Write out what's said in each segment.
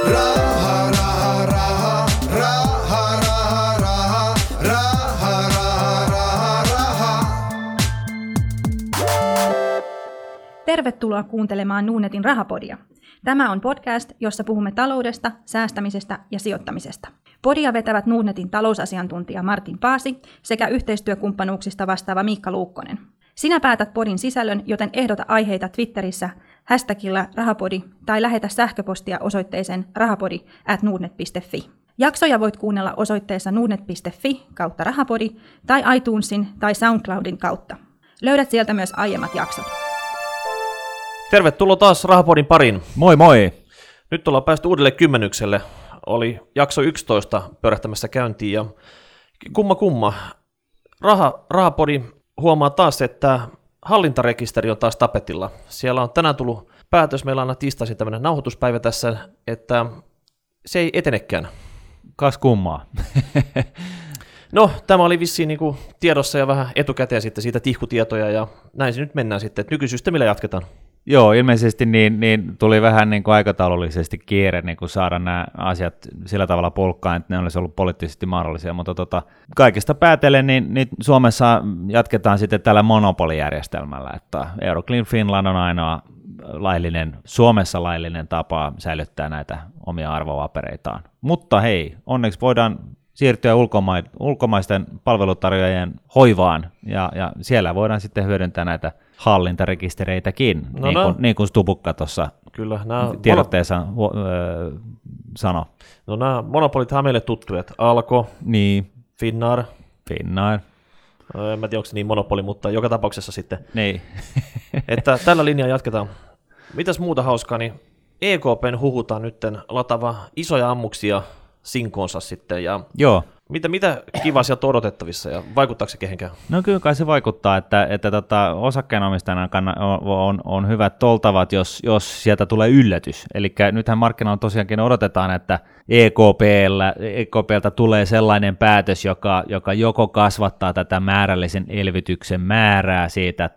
Raha, raha, raha, raha, raha, raha, raha, raha, raha, raha. Tervetuloa kuuntelemaan Nordnetin Rahapodia. Tämä on podcast, jossa puhumme taloudesta, säästämisestä ja sijoittamisesta. Podia vetävät Nordnetin talousasiantuntija Martin Paasi sekä yhteistyökumppanuuksista vastaava Miikka Luukkonen. Sinä päätät podin sisällön, joten ehdota aiheita Twitterissä hashtagilla rahapodi tai lähetä sähköpostia osoitteeseen rahapodi@nordnet.fi. Jaksoja voit kuunnella osoitteessa nordnet.fi/rahapodi tai iTunesin tai SoundCloudin kautta. Löydät sieltä myös aiemmat jaksot. Tervetuloa taas Rahapodin pariin. Moi moi! Nyt ollaan päästy uudelle kymmenykselle. Oli jakso 11 pyörähtämässä käyntiin ja kumma. Rahapodi huomaa taas, että hallintarekisteri on taas tapetilla. Siellä on tänään tullut päätös, meillä on aina tiistaisin tämmöinen nauhoituspäivä tässä, että se ei etenekään. Kas kummaa. No, tämä oli vissiin niin kuin tiedossa ja vähän etukäteen sitten siitä tihkutietoja ja näin se nyt mennään sitten, että nykysysteemillä jatketaan. Joo, ilmeisesti niin tuli vähän niin kuin aikataulullisesti kiire niin kuin saada nämä asiat sillä tavalla polkkaan, että ne olisi ollut poliittisesti mahdollisia, mutta kaikesta päätellen niin Suomessa jatketaan sitten tällä monopolijärjestelmällä, että Euroclear Finland on ainoa Suomessa laillinen tapa säilyttää näitä omia arvopapereitaan. Mutta hei, onneksi voidaan siirtyä ulkomaisten palvelutarjoajien hoivaan, ja siellä voidaan sitten hyödyntää näitä hallintarekistereitäkin, niin kuin Stubukka tuossa tiedotteessa sanoi. No nämä monopolithan meille tuttuja, Alko, niin. Finnair. En mä tiedä, onko se niin monopoli, mutta joka tapauksessa sitten. Niin. Että tällä linjalla jatketaan. Mitäs muuta hauskaa, niin EKPn huhutaan nyt latava isoja ammuksia sinkoonsa sitten. Ja joo. Mitä kivaa sieltä on odotettavissa ja vaikuttaako se kehenkään? No kyllä kai se vaikuttaa, että osakkeenomistajana on hyvät oltavat, jos sieltä tulee yllätys. Eli nythän markkinoilla tosiaankin odotetaan, että EKPltä tulee sellainen päätös, joka joko kasvattaa tätä määrällisen elvytyksen määrää siitä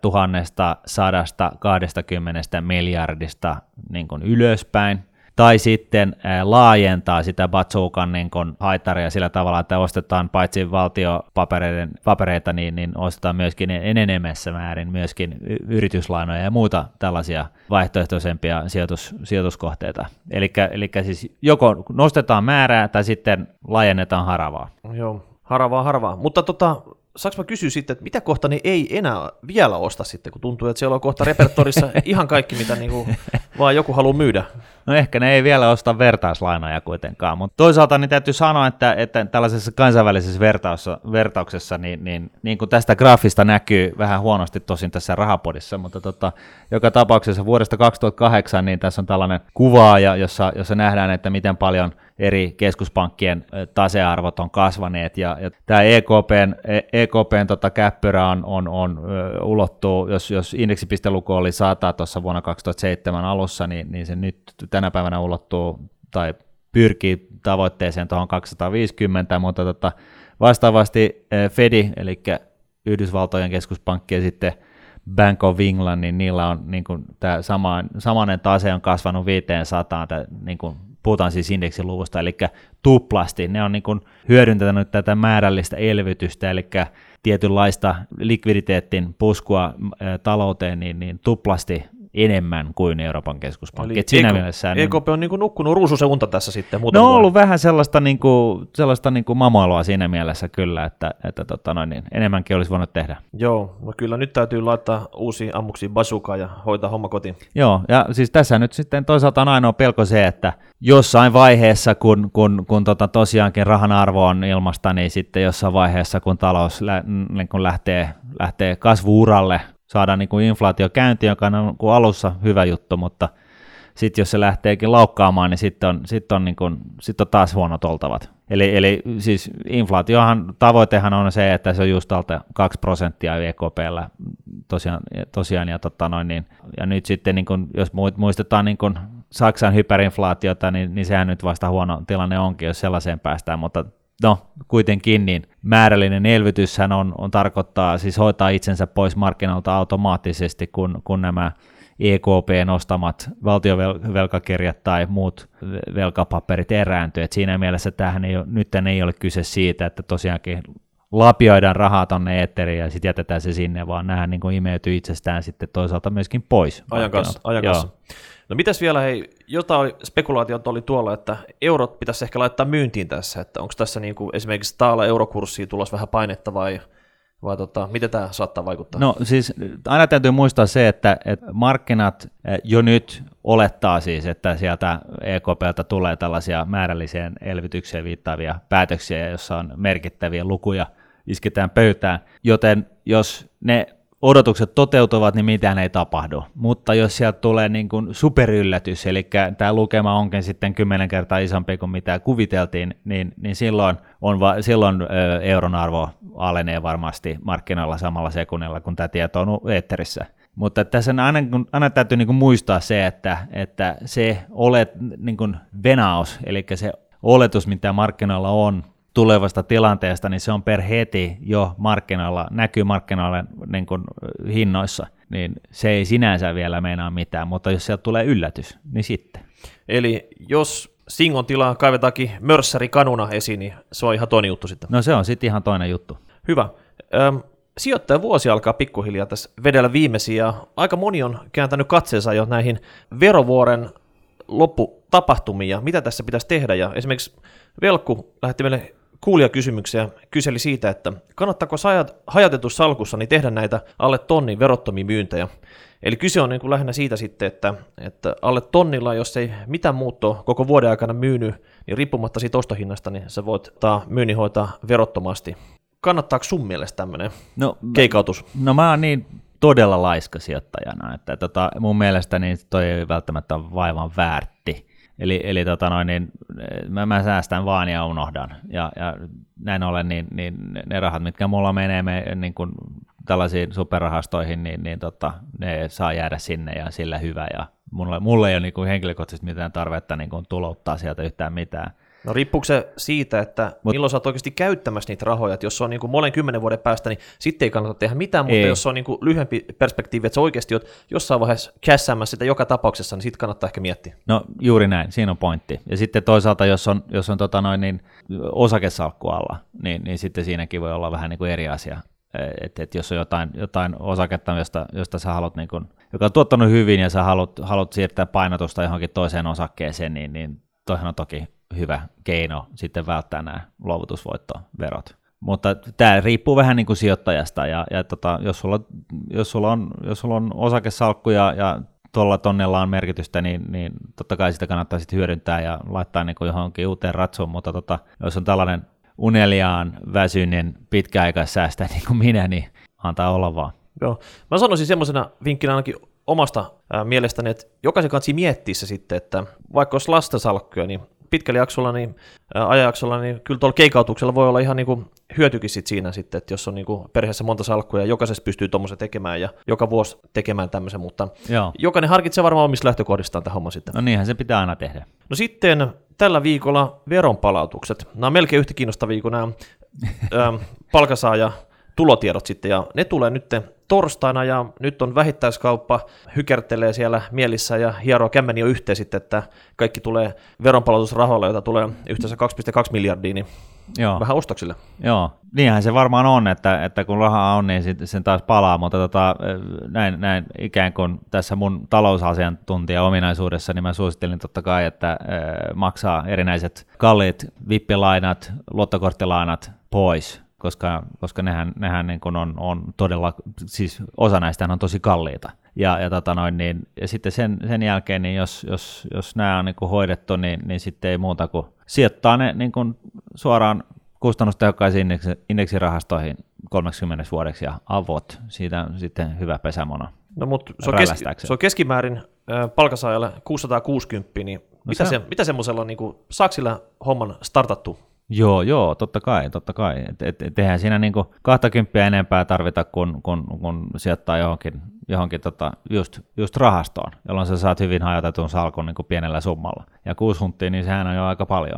1120 miljardista niin kuin ylöspäin, tai sitten laajentaa sitä bazookan niin haitaria sillä tavalla, että ostetaan paitsi valtiopapereita, niin ostetaan myöskin enenemässä määrin myöskin yrityslainoja ja muuta tällaisia vaihtoehtoisempia sijoituskohteita. Eli siis joko nostetaan määrää tai sitten laajennetaan haravaa. Joo, haravaa. Mutta saanko mä kysyä sitten, että mitä kohta ne ei enää vielä osta sitten, kun tuntuu, että siellä on kohta repertorissa ihan kaikki, mitä niinku vaan joku haluaa myydä? No ehkä ne ei vielä osta vertauslainoja kuitenkaan, mutta toisaalta niin täytyy sanoa, että tällaisessa kansainvälisessä vertauksessa, niin kuin tästä graafista näkyy vähän huonosti tosin tässä Rahapodissa, mutta joka tapauksessa vuodesta 2008 niin tässä on tällainen kuvaaja, jossa nähdään, että miten paljon eri keskuspankkien tasearvot on kasvaneet, ja tämä EKPn käppyrä on ulottuu, jos indeksipisteluku oli 100 tuossa vuonna 2007 alussa, niin se nyt tänä päivänä ulottuu tai pyrkii tavoitteeseen tuohon 250, mutta vastaavasti Fedi, eli Yhdysvaltojen keskuspankki ja sitten Bank of England, niin niillä on niin kuin tämä samainen tase on kasvanut 500, niin kuin puhutaan siis indeksiluvusta, eli tuplasti. Ne on niin kuin hyödyntänyt tätä määrällistä elvytystä, eli tietynlaista likviditeetin puskua talouteen, niin tuplasti enemmän kuin Euroopan keskuspankki. EKP on niin kuin nukkunut ruususeunta tässä sitten. No on ollut vähän sellaista mamoilua siinä mielessä kyllä, että niin enemmänkin olisi voinut tehdä. Joo, no kyllä nyt täytyy laittaa uusia ammuksia bazookaan ja hoitaa homma kotiin. Joo, ja siis tässä nyt sitten toisaalta on ainoa pelko se, että jossain vaiheessa, kun tosiaankin rahan arvo on ilmasta, niin sitten jossain vaiheessa, kun talous lähtee kasvu-uralle, saadaan niin kuin inflaatio käyntiin, joka on alussa hyvä juttu, mutta sitten jos se lähteekin laukkaamaan, niin sitten on taas huonot oltavat. Eli siis inflaatiohan, tavoitehan on se, että se on just alta 2% EKP:llä tosiaan ja nyt sitten niin kun, jos muistetaan niin kun Saksan hyperinflaatiota, niin sehän nyt vasta huono tilanne onkin, jos sellaiseen päästään, mutta no kuitenkin niin määrällinen elvytyshän on tarkoittaa siis hoitaa itsensä pois markkinoilta automaattisesti, kun nämä EKP:n ostamat valtiovelkakirjat tai muut velkapaperit erääntyy. Et siinä mielessä nyt ei ole kyse siitä, että tosiaankin lapioidaan rahaa tuonne eetteriin ja sitten jätetään se sinne, vaan nämä niin kuin imeytyy itsestään sitten toisaalta myöskin pois. Ajan kanssa. No mitäs vielä, jotain spekulaatiota oli tuolla, että eurot pitäisi ehkä laittaa myyntiin tässä, että onko tässä niin kuin esimerkiksi taala eurokurssiin tulossa vähän painetta vai miten tämä saattaa vaikuttaa? No siis aina täytyy muistaa se, että markkinat jo nyt olettaa siis, että sieltä EKP:ltä tulee tällaisia määrälliseen elvytykseen viittaavia päätöksiä, joissa on merkittäviä lukuja, isketään pöytään, joten jos ne odotukset toteutuvat, niin mitään ei tapahdu. Mutta jos sieltä tulee niin kuin superyllätys, eli tämä lukema onkin sitten 10 kertaa isompi kuin mitä kuviteltiin, niin silloin euron arvo alenee varmasti markkinoilla samalla sekunnilla, kun tämä tieto on eetterissä. Mutta tässä aina täytyy niin kuin muistaa se, että se niin kuin venaus, eli se oletus, mitä markkinoilla on, tulevasta tilanteesta, niin se on per heti jo näkyy markkinoilla niin kuin hinnoissa, niin se ei sinänsä vielä meinaa mitään, mutta jos sieltä tulee yllätys, niin sitten. Eli jos Singon tilaa kaivetaankin mörssäri kanuna esiin, niin se on ihan toinen juttu sitten. No se on sitten ihan toinen juttu. Hyvä. Sijoittajavuosi alkaa pikkuhiljaa tässä vedellä viimeisiä, ja aika moni on kääntänyt katseensa jo näihin verovuoren lopputapahtumiin, ja mitä tässä pitäisi tehdä, ja esimerkiksi Velkku lähetti meille kuulijakysymyksiä, kyseli siitä, että kannattaako hajautetussa salkussa niin tehdä näitä alle tonnin verottomia myyntejä. Eli kyse on niin kuin lähinnä siitä sitten, että alle tonnilla, jos ei mitään muuttoa koko vuoden aikana myynyt, niin riippumatta siitä ostohinnasta, niin sä voit myynnin hoitaa verottomasti. Kannattaako sun mielestä tämmöinen keikautus? No mä oon niin todella laiska sijoittajana, että mun mielestä niin toi ei välttämättä ole vaivan väärti. Eli mä säästän vaan ja unohdan. Ja näin ollen niin ne rahat, mitkä mulla menee niin kuin tällaisiin superrahastoihin, niin ne saa jäädä sinne ja sillä hyvä. Ja mulla ei ole niin kuin henkilökohtaisesti mitään tarvetta niin kuin tulouttaa sieltä yhtään mitään. No riippuuko se siitä, että milloin sä oot oikeasti käyttämässä niitä rahoja, että jos se on niin kuin monen 10 vuoden päästä, niin sitten ei kannata tehdä mitään, mutta jos se on niin kuin lyhyempi perspektiivi, että sä oikeasti oot jossain vaiheessa kässäämässä sitä joka tapauksessa, niin sitten kannattaa ehkä miettiä. No juuri näin, siinä on pointti. Ja sitten toisaalta, jos on osakesalkku alla, niin sitten siinäkin voi olla vähän niin kuin eri asia. Että jos on jotain osaketta, josta sä haluat, niin kuin, joka on tuottanut hyvin ja sä haluat siirtää painotusta johonkin toiseen osakkeeseen, niin toihan on toki hyvä keino sitten välttää nämä luovutusvoittoverot. Mutta tämä riippuu vähän niin kuin sijoittajasta, ja jos sulla on osakesalkku ja tuolla tonnella on merkitystä, niin totta kai sitä kannattaa sitten hyödyntää ja laittaa niin kuin johonkin uuteen ratsuun, mutta jos on tällainen uneliaan väsyinen pitkäaikaissäästäjä niin kuin minä, niin antaa olla vaan. Joo. Mä sanoisin semmoisena vinkkinä ainakin omasta mielestäni, että jokaisen kansi miettiä se sitten, että vaikka olisi lastensalkkuja, niin pitkällä jaksolla, ajanjaksolla, niin kyllä tuolla keikautuksella voi olla ihan niin kuin hyötykin siinä sitten, että jos on niin kuin perheessä monta salkkuja ja jokaisessa pystyy tuommoisen tekemään ja joka vuosi tekemään tämmöisen, mutta jokainen harkitsee varmaan omista lähtökohdistaan tämä homma sitten. No niinhän se pitää aina tehdä. No sitten tällä viikolla veronpalautukset. Nämä on melkein yhtä kiinnostavia kuin nämä palkansaaja tulotiedot sitten, ja ne tulee nyt torstaina, ja nyt on vähittäiskauppa, hykertelee siellä mielissä ja hieroo kämmeni jo yhteen sitten, että kaikki tulee veronpalautusrahoilla, jota tulee yhteensä 2,2 miljardia, niin vähän ostoksille. Joo, niinhän se varmaan on, että kun rahaa on, niin sen taas palaa, mutta näin ikään kuin tässä mun talousasiantuntija-ominaisuudessa, niin mä suosittelin totta kai, että maksaa erinäiset kalliit vippilainat, luottokorttilainat pois, koska nehän niin kuin on todella, siis osa näistä on tosi kalliita. Ja sitten sen jälkeen, niin jos nämä on niin kuin hoidettu, niin sitten ei muuta kuin sijoittaa ne niin kuin suoraan kustannustehokkaisiin indeksirahastoihin 30 vuodeksi ja avot. Siitä on sitten hyvä pesämono. No mutta se on keskimäärin palkansaajalle 660, niin mitä semmoisella, niin kuin, saako sillä homman startattu? Joo, totta kai. Eihän siinä niinku 20 enempää tarvita, kun sijoittaa johonkin just rahastoon, jolloin sä saat hyvin hajotetun salkun niinku pienellä summalla. Ja 6 hunttia, niin sehän on jo aika paljon.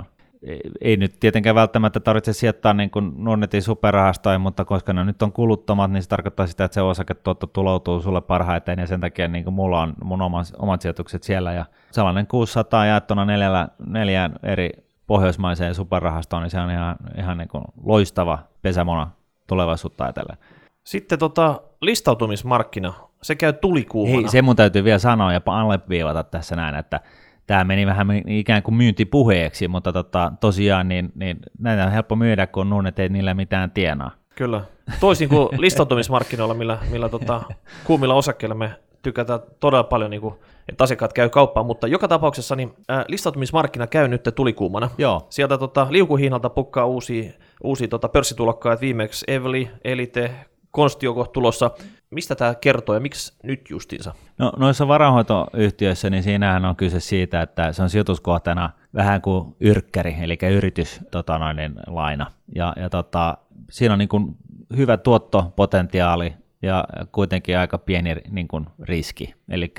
ei nyt tietenkään välttämättä tarvitse sijoittaa niin kuin Nordnetin superrahastoihin, mutta koska ne nyt on kuluttomat, niin se tarkoittaa sitä, että se osaketuotto tuloutuu sulle parhaiten, ja sen takia niin kuin mulla on mun omat sijoitukset siellä, ja sellainen 600 jaettuna neljään eri pohjoismaiseen superrahastoon, niin se on ihan niin kuin loistava pesämuna tulevaisuutta ajatellen. Sitten listautumismarkkina, se käy tulikuumana. Hei, se mun täytyy vielä sanoa ja alleviivata tässä näin, että tämä meni vähän ikään kuin myyntipuheeksi, mutta tosiaan niin näitä on helppo myydä, kun Nordnet ei niillä mitään tienaa. Kyllä. Toisin kuin listautumismarkkinoilla, millä kuumilla osakkeilla me tykätään todella paljon, niin kuin, että asiakkaat käy kauppaan, mutta joka tapauksessa niin, listautumismarkkina käy nyt tulikuumana. Joo. Sieltä liukuhihnalta pukkaa uusia pörssitulokkaat, viimeksi Eveli, Elite, Konstio tulossa. Mistä tämä kertoo ja miksi nyt justiinsa? No, noissa varainhoitoyhtiöissä, niin siinähän on kyse siitä, että se on sijoituskohteena vähän kuin yrkkäri, eli yrityslaina. Ja siinä on niin kuin hyvä tuottopotentiaali ja kuitenkin aika pieni niin kuin riski. Eli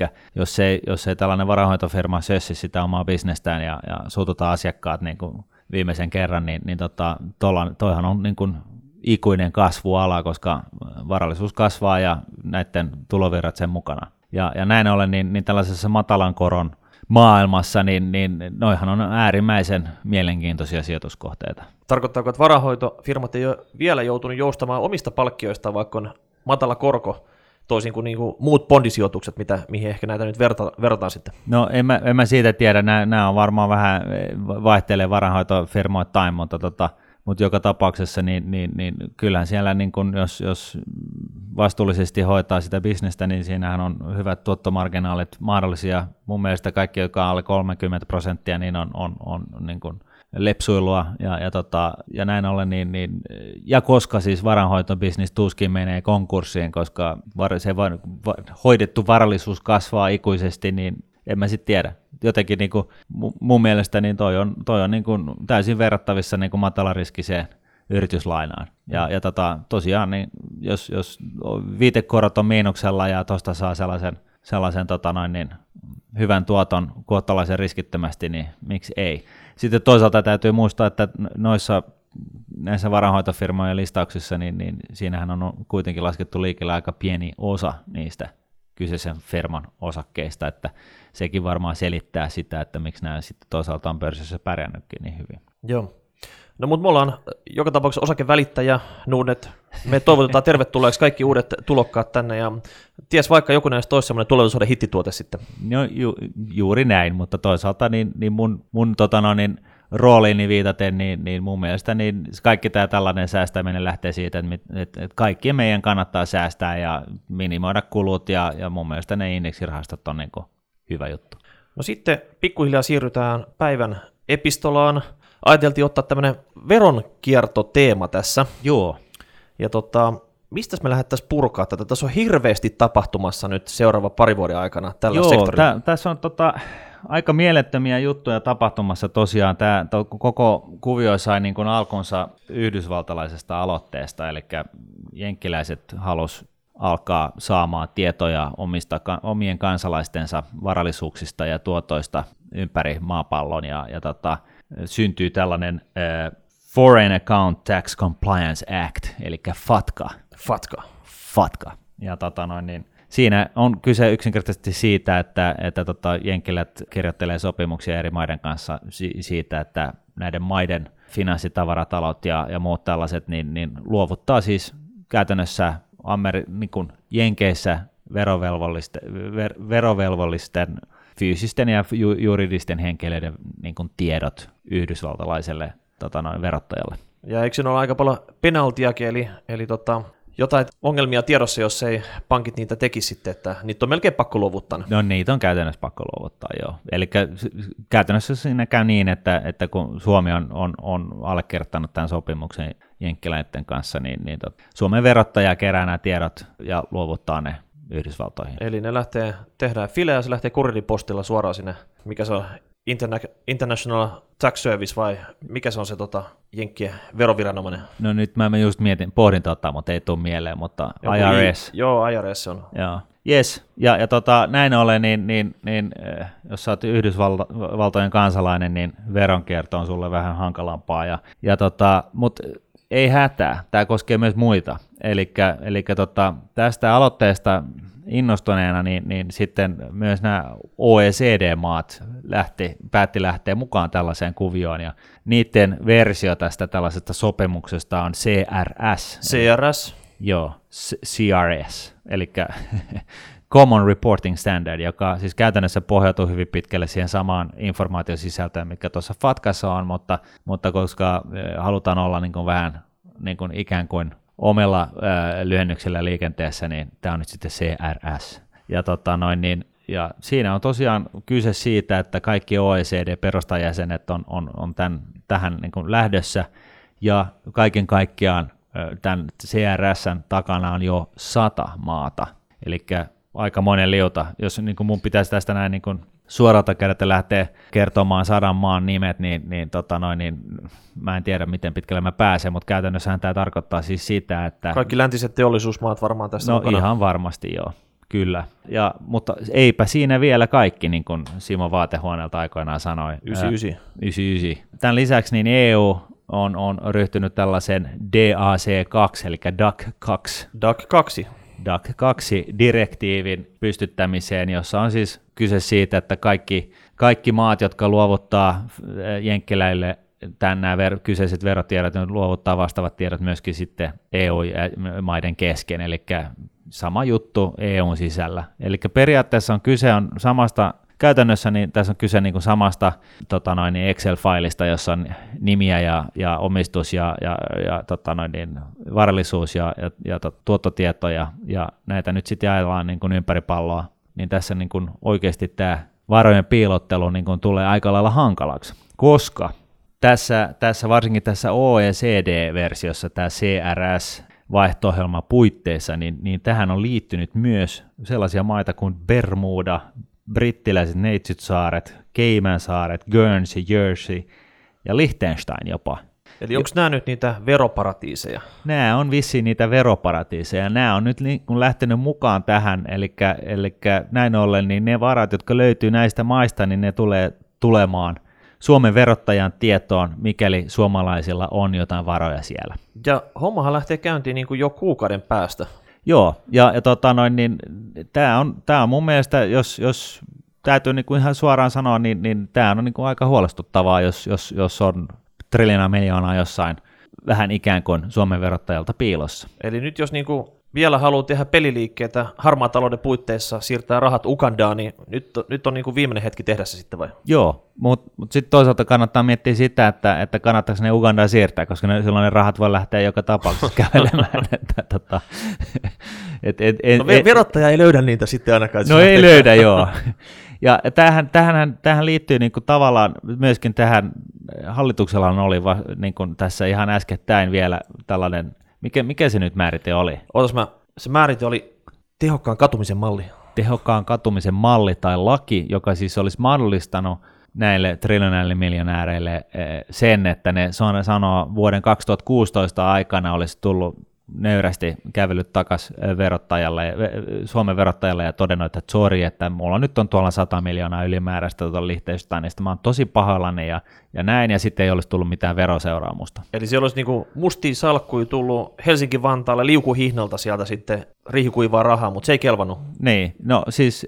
jos ei tällainen varainhoitofirma sössi sitä omaa bisnestään ja suututaan asiakkaat niin kuin viimeisen kerran, niin toihan on niin kuin ikuinen kasvuala, koska varallisuus kasvaa ja näiden tulovirrat sen mukana. Ja näin ollen, niin tällaisessa matalan koron maailmassa, niin noihan on äärimmäisen mielenkiintoisia sijoituskohteita. Tarkoittaako, että varainhoitofirmat ei ole vielä joutunut joustamaan omista palkkioistaan, vaikka on matala korko, toisin kuin niinku muut bondisijoitukset, mihin ehkä näitä nyt verrataan sitten? No en mä siitä tiedä, nämä on varmaan vähän vaihtelee varainhoitofirmoittain, mutta joka tapauksessa niin kyllähän siellä, niin kun jos vastuullisesti hoitaa sitä bisnestä, niin siinähän on hyvät tuottomarginaalit mahdollisia. Mun mielestä kaikki, joka on alle 30%, niin on niin kun lepsuilua ja näin ollen, ja koska siis varainhoitobisnis tuskin menee konkurssiin, koska se hoidettu varallisuus kasvaa ikuisesti, niin en mä sitten tiedä. Jotenkin niin kuin mun mielestä niin toi on niin kuin täysin verrattavissa niin kuin matalariskiseen yrityslainaan. Ja tosiaan, niin jos viitekorot on miinuksella ja tuosta saa sellaisen niin hyvän tuoton kohtalaisen riskittömästi, niin miksi ei? Sitten toisaalta täytyy muistaa, että näissä varainhoitofirmojen listauksissa, niin siinähän on kuitenkin laskettu liikkeelle aika pieni osa niistä kyseisen firman osakkeista, että sekin varmaan selittää sitä, että miksi nämä sitten toisaalta on pörssissä pärjännytkin niin hyvin. Joo. No mutta me ollaan joka tapauksessa osakevälittäjä, Nordnet. Me toivotetaan tervetulleeksi kaikki uudet tulokkaat tänne ja ties vaikka joku näistä olisi semmoinen tulevaisuuden hittituote sitten. No juuri näin, mutta toisaalta niin mun rooliini viitaten, niin mun mielestä niin kaikki tämä tällainen säästäminen lähtee siitä, että kaikkien meidän kannattaa säästää ja minimoida kulut, ja mun mielestä ne indeksirahastot on niin kuin hyvä juttu. No sitten pikkuhiljaa siirrytään päivän epistolaan. Ajateltiin ottaa tämmöinen veronkiertoteema tässä. Joo. Ja mistä me lähdettäisiin purkaa tätä? Tässä on hirveästi tapahtumassa nyt seuraava pari vuoden aikana tällä sektorilla. Joo, tässä on aika mielettömiä juttuja tapahtumassa tosiaan. Tämä koko kuvio sai niin kuin alkunsa yhdysvaltalaisesta aloitteesta, eli jenkkiläiset halusi alkaa saamaan tietoja omien kansalaistensa varallisuuksista ja tuotoista ympäri maapallon, ja syntyy tällainen Foreign Account Tax Compliance Act, eli FATCA. Ja siinä on kyse yksinkertaisesti siitä, että jenkkilät kirjoittelee sopimuksia eri maiden kanssa siitä, että näiden maiden finanssitavaratalot ja muut tällaiset niin luovuttaa siis käytännössä niin kuin Jenkeissä verovelvollisten fyysisten ja juridisten henkilöiden niin kuin tiedot yhdysvaltalaiselle verottajalle. Ja eikö siinä ole aika paljon penaltiakin, eli jotain ongelmia tiedossa, jos ei pankit niitä tekisi sitten, että niitä on melkein pakko luovuttaa. No niitä on käytännössä pakko luovuttaa, joo. Eli käytännössä siinä käy niin, että kun Suomi on allekirjoittanut tämän sopimuksen jenkkiläiden kanssa, niin Suomen verottaja kerää nämä tiedot ja luovuttaa ne Yhdysvaltoihin. Eli ne tehdään filejä ja se lähtee kuriripostilla suoraan sinne, mikä se on, International Tax Service vai mikä se on se jenkkien veroviranomainen? No nyt mä just pohdin mutta ei tule mieleen, mutta IRS. Joo, IRS on. Joo. Jes, ja näin ollen, niin, jos sä oot Yhdysvaltojen kansalainen, niin veronkierto on sulle vähän hankalampaa, mutta ei hätää, tämä koskee myös muita, eli tästä aloitteesta innostuneena, niin sitten myös nämä OECD-maat päätti lähteä mukaan tällaiseen kuvioon, ja niiden versio tästä tällaisesta sopimuksesta on CRS. CRS? Joo, CRS, eli Common Reporting Standard, joka siis käytännössä pohjautuu hyvin pitkälle siihen samaan informaatiosisältöön, mikä tuossa FATCassa on, mutta koska halutaan olla niin kuin vähän niin kuin ikään kuin omilla lyhennyksillä liikenteessä, niin tämä on nyt sitten CRS. Ja siinä on tosiaan kyse siitä, että kaikki OECD-perustajäsenet on tähän niin kuin lähdössä, ja kaiken kaikkiaan tämän CRS:n takana on jo 100 maata, eli aikamoinen liuta. Jos niin kuin mun pitäisi tästä näin niin kuin suoralta kädeltä lähteä kertomaan 100 maan nimet, niin mä en tiedä, miten pitkälle mä pääsen, mutta käytännössähän tämä tarkoittaa siis sitä, että... Kaikki läntiset teollisuusmaat varmaan tässä no mukana. Ihan varmasti joo, kyllä. Mutta eipä siinä vielä kaikki, niin kuin Simo Vaatehuoneelta aikoinaan sanoi. 99. Tämän lisäksi niin EU on ryhtynyt tällaisen DAC2, eli DAC2. DAC 2-direktiivin pystyttämiseen, jossa on siis kyse siitä, että kaikki maat, jotka luovuttaa jenkkiläille nämä kyseiset verotiedot, ne luovuttaa vastaavat tiedot myöskin sitten EU-maiden kesken, eli sama juttu EUn sisällä. Eli periaatteessa on kyse samasta, käytännössä niin tässä on kyse niin kuin samasta Excel-failista, jossa on nimiä ja omistus ja varallisuus ja tuottotietoja, ja näitä nyt sitten jaellaan niin kuin ympäri palloa, niin tässä niin kuin oikeasti tämä varojen piilottelu niin kuin tulee aika lailla hankalaksi, koska tässä varsinkin tässä OECD-versiossa tämä CRS-vaihto-ohjelma puitteissa, niin tähän on liittynyt myös sellaisia maita kuin Bermuda, brittiläiset Neitsytsaaret, Caymansaaret, Guernsey, Jersey ja Liechtenstein jopa. Eli onko nämä nyt niitä veroparatiiseja? Nämä on vissiin niitä veroparatiiseja. Nämä on nyt lähtenyt mukaan tähän, eli näin ollen niin ne varat, jotka löytyy näistä maista, niin ne tulee tulemaan Suomen verottajan tietoon, mikäli suomalaisilla on jotain varoja siellä. Ja hommahan lähtee käyntiin niin kuin jo kuukauden päästä. Joo, ja niin tämä on mun mielestä, jos täytyy niin kuin ihan suoraan sanoa, niin tämä on niin kuin aika huolestuttavaa, jos on triljoona miljoonaa jossain vähän ikään kuin Suomen verottajalta piilossa. Eli nyt jos niin kuin vielä haluaa tehdä peliliikkeitä harmaan talouden puitteissa, siirtää rahat Ugandaan, niin nyt on niin kuin viimeinen hetki tehdä se sitten vai? Joo, mutta sitten toisaalta kannattaa miettiä sitä, että kannattaako ne Ugandaan siirtää, koska silloin ne rahat voi lähteä joka tapauksessa kävelemään. Verottaja ei löydä niitä sitten ainakaan. No ei löydä, joo. Ja tähän liittyy niin kuin tavallaan myöskin tähän, hallituksella oli niin kuin tässä ihan äskettäin vielä tällainen, mikä se nyt määrite oli? Se määrite oli tehokkaan katumisen malli. Tehokkaan katumisen malli tai laki, joka siis olisi mahdollistanut näille triljonäille miljonääreille sen, että ne sanoo vuoden 2016 aikana olisi tullut nöyrästi kävellyt takaisin Suomen verottajalle ja todennut, että sori, että mulla nyt on tuolla 100 miljoonaa ylimääräistä Liechtensteinista, mä oon tosi pahallani ja näin, ja sitten ei olisi tullut mitään veroseuraamusta. Eli siellä olisi niinku mustia salkkuja tullut Helsinki-Vantaalle liukuhihnalta sieltä sitten riihikuivaa rahaa, mutta se ei kelvannut. Niin, no siis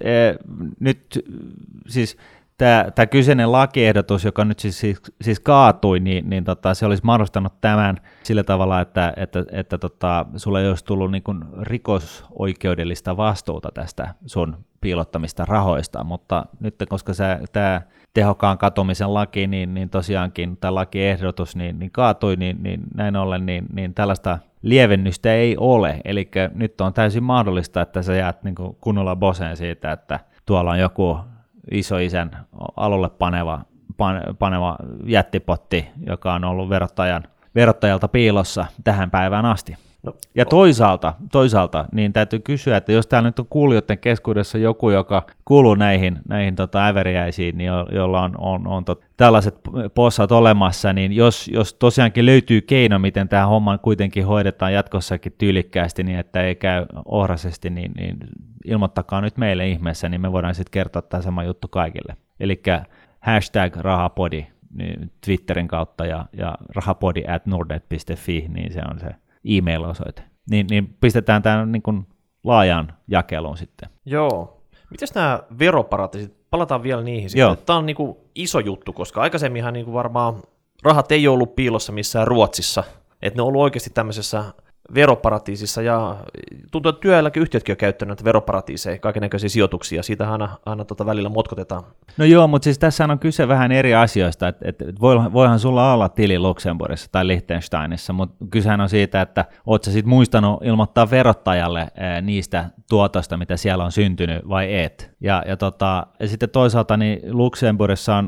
tämä kyseinen lakiehdotus, joka nyt siis kaatui, niin se olisi mahdollistanut tämän sillä tavalla, että sulla ei olisi tullut niin kuin rikosoikeudellista vastuuta tästä sun piilottamista rahoista, mutta nyt koska tämä tehokkaan katumisen laki, niin tosiaankin tämä lakiehdotus niin kaatui, niin näin ollen niin tällaista lievennystä ei ole, eli nyt on täysin mahdollista, että sä jäät niin kuin kunnolla boseen siitä, että tuolla on joku isoisän alulle paneva jättipotti, joka on ollut verottajalta piilossa tähän päivään asti. No, ja toisaalta niin täytyy kysyä, että jos täällä nyt on kuulijoiden keskuudessa joku, joka kuuluu näihin äveriäisiin, niin jolla on tällaiset possat olemassa, niin jos tosiaankin löytyy keino, miten tämä homma kuitenkin hoidetaan jatkossakin tyylikkäästi, niin että ei käy ohrasesti, niin ilmoittakaa nyt meille ihmeessä, niin me voidaan sitten kertoa tämä sama juttu kaikille. Eli #rahapodi niin Twitterin kautta ja rahapodi@nordnet.fi, niin se on se e-mail-osoite. Niin pistetään tämä niin kuin laajaan jakeluun sitten. Joo. Mites nämä veroparatiisit? Palataan vielä niihin sitten. Tämä on niin kuin iso juttu, koska aikaisemminhan niin kuin varmaan rahat ei ollut piilossa missään Ruotsissa. Että ne on ollut oikeasti tämmöisessä veroparatiisissa, ja tuntuu, että työeläkeyhtiötkin on käyttänyt näitä veroparatiiseja, kaikennäköisiä sijoituksia, siitä aina välillä motkotetaan. No joo, mutta siis tässä on kyse vähän eri asioista, että voihan sulla olla tili Luxemburgissa tai Liechtensteinissa, mutta kysehän on siitä, että oot sä sit muistanut ilmoittaa verottajalle niistä tuotoista, mitä siellä on syntynyt, vai et. Ja sitten toisaalta niin Luxemburgissa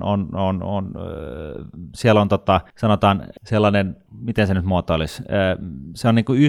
siellä on sanotaan sellainen, miten se nyt muotoilisi, se on niinku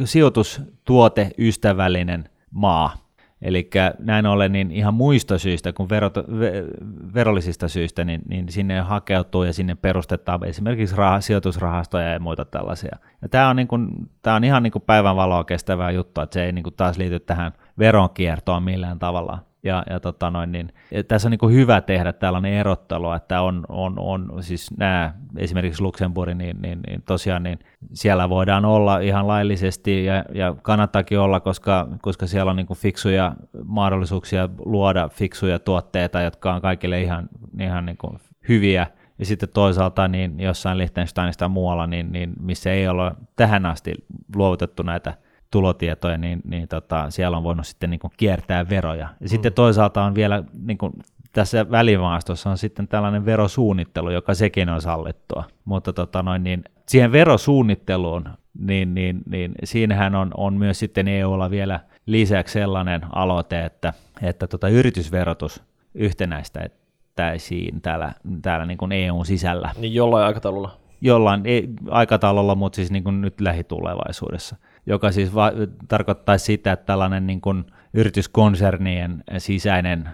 sijoitustuoteystävällinen maa. Eli näin ollen niin ihan muista syistä kuin verollisista syistä, niin sinne hakeutuu ja sinne perustetaan esimerkiksi sijoitusrahastoja ja muita tällaisia. Ja tämä on ihan niin kuin päivänvaloa kestävää juttua, että se ei niin kuin taas liity tähän veronkiertoon millään tavalla. Ja tässä on niin kuin hyvä tehdä tällainen erottelu, että on siis nämä esimerkiksi Luxemburg, niin tosiaan niin siellä voidaan olla ihan laillisesti ja kannattaakin olla, koska siellä on niin kuin fiksuja mahdollisuuksia luoda fiksuja tuotteita, jotka on kaikille ihan niin kuin hyviä. Ja sitten toisaalta niin jossain Liechtensteinista ja muualla, niin missä ei ole tähän asti luovutettu näitä tulotietoja, niin siellä on voinut sitten niin kuin kiertää veroja. Ja sitten toisaalta on vielä niin kuin tässä välimaastossa on sitten tällainen verosuunnittelu, joka sekin on sallittua. Mutta niin siihen verosuunnitteluun, niin siinähän on myös sitten EUlla vielä lisäksi sellainen aloite, että yritysverotus yhtenäistäisiin täällä niin kuin EUn sisällä. Niin jollain aikataululla. Jollain aikataululla, mutta siis niin kuin nyt lähitulevaisuudessa, joka siis tarkoittaisi sitä, että tällainen niin kuin yrityskonsernien sisäinen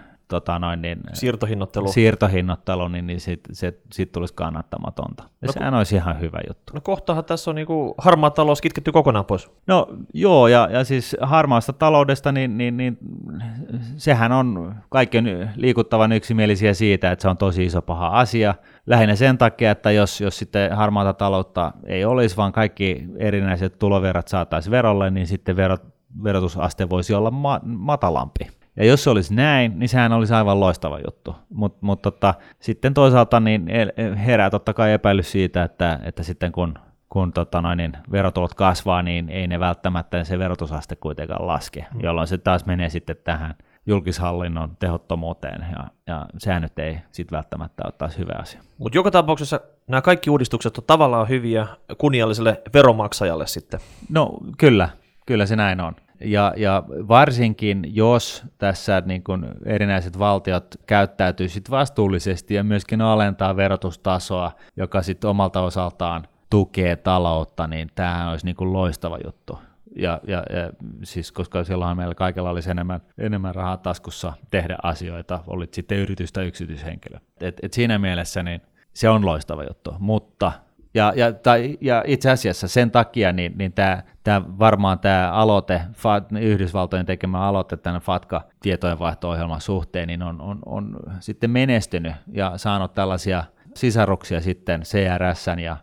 siirtohinnoittelu, niin siitä tulisi kannattamatonta. Ja sehän olisi ihan hyvä juttu. No kohtahan tässä on niinku harmaa talous kitketty kokonaan pois. No joo, ja siis harmaasta taloudesta, niin sehän on, kaikki on liikuttavan yksimielisiä siitä, että se on tosi iso paha asia. Lähinnä sen takia, että jos sitten harmaata taloutta ei olisi, vaan kaikki erinäiset tuloverrat saataisiin verolle, niin sitten verotusaste voisi olla matalampi. Ja jos se olisi näin, niin sehän olisi aivan loistava juttu. Mutta sitten toisaalta niin herää totta kai epäilys siitä, että sitten kun verotulot kasvaa, niin ei ne välttämättä se verotusaste kuitenkaan laske, jolloin se taas menee sitten tähän julkishallinnon tehottomuuteen, ja sehän nyt ei sitten välttämättä ole taas hyvä asia. Mutta joka tapauksessa nämä kaikki uudistukset on tavallaan hyviä kunnialliselle veronmaksajalle sitten. No kyllä se näin on. Ja varsinkin, jos tässä niin kun erinäiset valtiot käyttäytyisivät vastuullisesti ja myöskin alentaa verotustasoa, joka sitten omalta osaltaan tukee taloutta, niin tämähän olisi niin kun loistava juttu. Ja siis, koska silloinhan meillä kaikilla olisi enemmän rahaa taskussa tehdä asioita, olit sitten yritys tai yksityishenkilö. Et siinä mielessä niin se on loistava juttu, mutta ja itse asiassa sen takia niin varmaan tämä aloite, Yhdysvaltojen tekemä aloite tämän FATCA-tietojenvaihto-ohjelman suhteen, niin on sitten menestynyt ja saanut tällaisia sisaruksia sitten CRS:n ja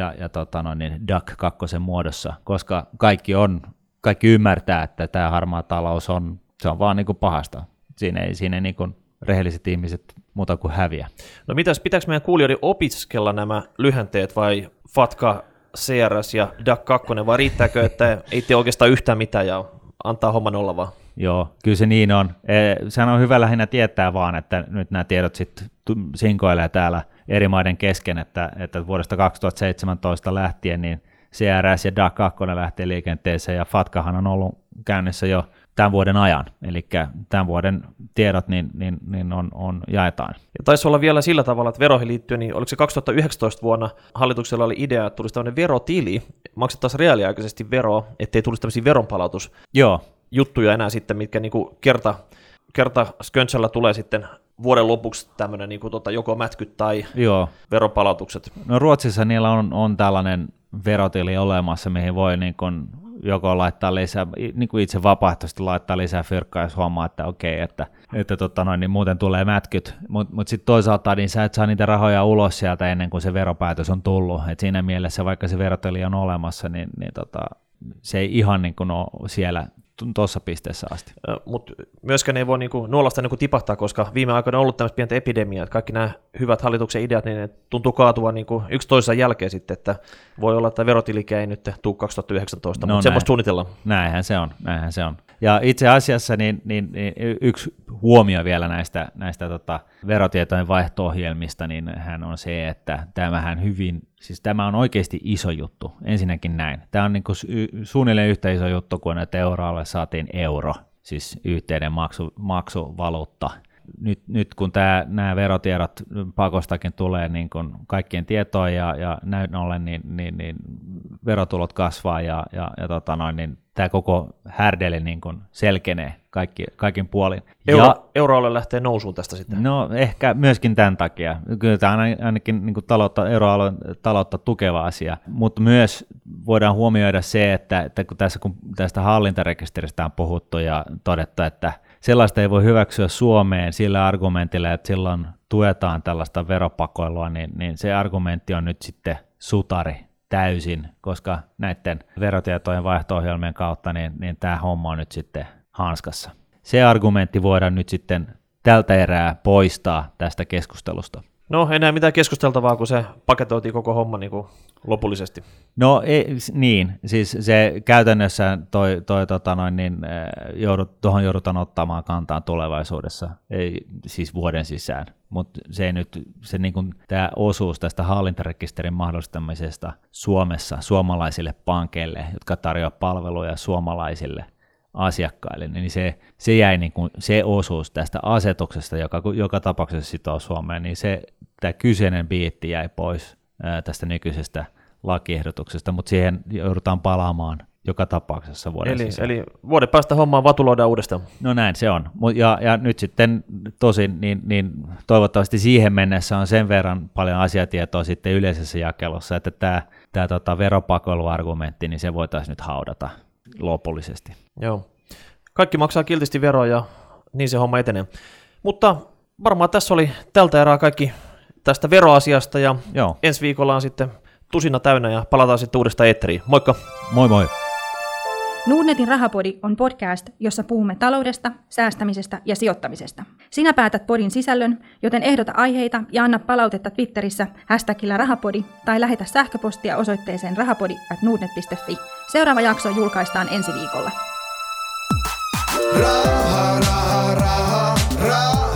DAC 2 muodossa, koska kaikki ymmärtää, että tämä harmaa talous se on vaan niin kuin pahasta. Siinä ei niin kuin rehelliset ihmiset muuta kuin häviä. No pitääkö meidän kuulijoiden opiskella nämä lyhenteet vai FATCA, CRS ja DAC 2, vai riittääkö, että ei tee oikeastaan yhtään mitään ja antaa homman olla vaan? Joo, kyllä se niin on. Sehän on hyvä lähinnä tietää vaan, että nyt nämä tiedot sitten sinkoilee täällä eri maiden kesken, että vuodesta 2017 lähtien niin CRS ja DAC 2 lähtee liikenteeseen, ja FATCAhan on ollut käynnissä jo tämän vuoden ajan, eli tämän vuoden tiedot niin jaetaan. Ja taisi olla vielä sillä tavalla, että veroihin liittyen, niin oliko se 2019 vuonna hallituksella oli idea, että tulisi tämmöinen verotili, maksettaisiin reaaliaikaisesti veroa, ettei tulisi tämmöisiä veronpalautusjuttuja enää sitten, mitkä niinku kerta sköntsellä tulee sitten vuoden lopuksi tämmöinen niin kuin, joko mätkyt tai Joo. veropalautukset. No Ruotsissa niillä on tällainen verotili olemassa, mihin voi niin kuin joko laittaa lisää, niin kuin itse vapaaehtoisesti laittaa lisää fyrkkaa, jos huomaa, että okei, että niin muuten tulee mätkyt, mutta sitten toisaalta niin sä et saa niitä rahoja ulos sieltä ennen kuin se veropäätös on tullut, et siinä mielessä vaikka se verotili on olemassa, niin se ei ihan niin kuin ole siellä tuossa pisteessä asti. Mutta myöskään ei voi niinku nuolasta niinku tipahtaa, koska viime aikoina on ollut tämmöistä pientä epidemiaa, että kaikki nämä hyvät hallituksen ideat, niin ne tuntuu kaatua niinku yksi toisensa jälkeen sitten, että voi olla, että verotilikä ei nyt tule 2019, mutta semmoista suunnitellaan. Näinhän se on. Ja itse asiassa niin yksi huomio vielä näistä verotietojen vaihto-ohjelmista, niin hän on se, että tämä on oikeasti iso juttu. Ensinnäkin näin. Tämä on niinku suunnilleen yhtä iso juttu kuin, että euroalueelle saatiin euro, siis yhteinen maksuvaluutta. Nyt kun nämä verotiedot pakostakin tulee niin kuin kaikkien tietoon ja näin ollen, niin verotulot kasvaa ja niin tämä koko härdeli niin kuin selkenee kaikin puolin. Euroalue lähtee nousuun tästä sitten. No ehkä myöskin tämän takia. Kyllä tämä on ainakin niin kuin euroalueen taloutta tukeva asia, mutta myös voidaan huomioida se, että kun tästä hallintarekisteristä on puhuttu ja todettu, että sellaista ei voi hyväksyä Suomeen sillä argumentilla, että silloin tuetaan tällaista veropakoilua, niin se argumentti on nyt sitten sutari täysin, koska näiden verotietojen vaihto-ohjelmien kautta niin tämä homma on nyt sitten hanskassa. Se argumentti voidaan nyt sitten tältä erää poistaa tästä keskustelusta. No, enää mitään keskusteltavaa, kun se paketoitiin koko homma niin kuin lopullisesti. No niin, siis se käytännössä tuohon joudutaan ottamaan kantaa tulevaisuudessa, ei siis vuoden sisään, mutta tämä osuus tästä hallintarekisterin mahdollistamisesta Suomessa suomalaisille pankeille, jotka tarjoavat palveluja suomalaisille asiakkaille, niin se jäi niin kuin se osuus tästä asetuksesta, joka tapauksessa sitoo Suomeen, niin tämä kyseinen biitti jäi pois tästä nykyisestä lakiehdotuksesta, mutta siihen joudutaan palaamaan joka tapauksessa vuoden sisään. Eli vuoden päästä hommaa vatuloidaan uudestaan. No näin se on. Ja nyt sitten tosin, niin toivottavasti siihen mennessä on sen verran paljon asiatietoa sitten yleisessä jakelussa, että tämä veropakoiluargumentti, niin se voitaisiin nyt haudata lopullisesti. Joo. Kaikki maksaa kiltisti veroa ja niin se homma etenee. Mutta varmaan tässä oli tältä erää kaikki tästä veroasiasta ja Joo. Ensi viikolla on sitten tusina täynnä ja palataan sitten uudestaan eetteriin. Moikka! Moi moi! Nordnetin Rahapodi on podcast, jossa puhumme taloudesta, säästämisestä ja sijoittamisesta. Sinä päätät podin sisällön, joten ehdota aiheita ja anna palautetta Twitterissä hashtagillä rahapodi tai lähetä sähköpostia osoitteeseen rahapodi@nordnet.fi. Seuraava jakso julkaistaan ensi viikolla. Raha, raha, raha, raha.